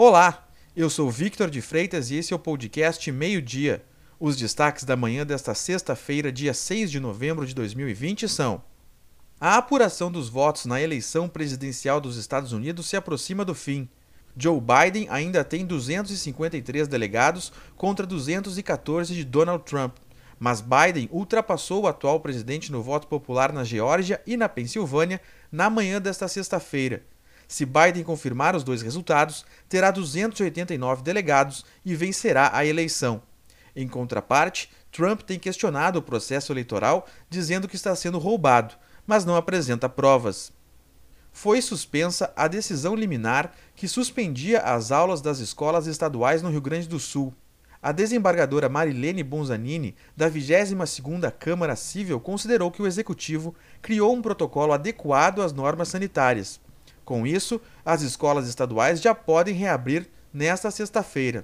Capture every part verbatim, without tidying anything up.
Olá, eu sou Victor de Freitas e esse é o podcast Meio-Dia. Os destaques da manhã desta sexta-feira, dia seis de novembro de dois mil e vinte são: a apuração dos votos na eleição presidencial dos Estados Unidos se aproxima do fim. Joe Biden ainda tem duzentos e cinquenta e três delegados contra duzentos e quatorze de Donald Trump, mas Biden ultrapassou o atual presidente no voto popular na Geórgia e na Pensilvânia na manhã desta sexta-feira. Se Biden confirmar os dois resultados, terá duzentos e oitenta e nove delegados e vencerá a eleição. Em contraparte, Trump tem questionado o processo eleitoral, dizendo que está sendo roubado, mas não apresenta provas. Foi suspensa a decisão liminar que suspendia as aulas das escolas estaduais no Rio Grande do Sul. A desembargadora Marilene Bonzanini, da vigésima segunda Câmara Civil, considerou que o executivo criou um protocolo adequado às normas sanitárias. Com isso, as escolas estaduais já podem reabrir nesta sexta-feira.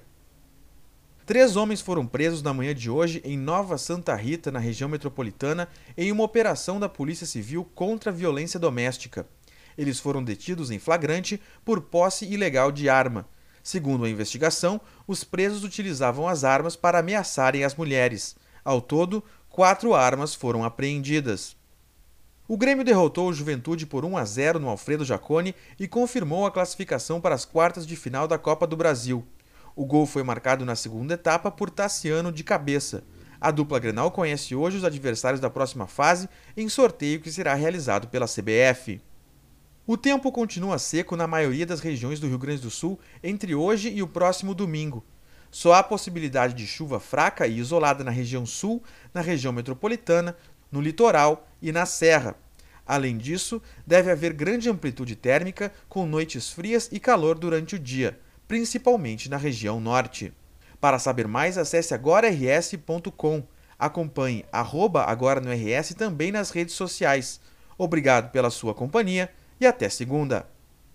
Três homens foram presos na manhã de hoje em Nova Santa Rita, na região metropolitana, em uma operação da Polícia Civil contra a violência doméstica. Eles foram detidos em flagrante por posse ilegal de arma. Segundo a investigação, os presos utilizavam as armas para ameaçarem as mulheres. Ao todo, quatro armas foram apreendidas. O Grêmio derrotou o Juventude por um a zero no Alfredo Jaconi e confirmou a classificação para as quartas de final da Copa do Brasil. O gol foi marcado na segunda etapa por Tassiano de cabeça. A dupla Grenal conhece hoje os adversários da próxima fase em sorteio que será realizado pela C B F. O tempo continua seco na maioria das regiões do Rio Grande do Sul entre hoje e o próximo domingo. Só há possibilidade de chuva fraca e isolada na região sul, na região metropolitana, no litoral e na serra. Além disso, deve haver grande amplitude térmica, com noites frias e calor durante o dia, principalmente na região norte. Para saber mais, acesse agora r s ponto com. Acompanhe arroba agora no R S também nas redes sociais. Obrigado pela sua companhia e até segunda.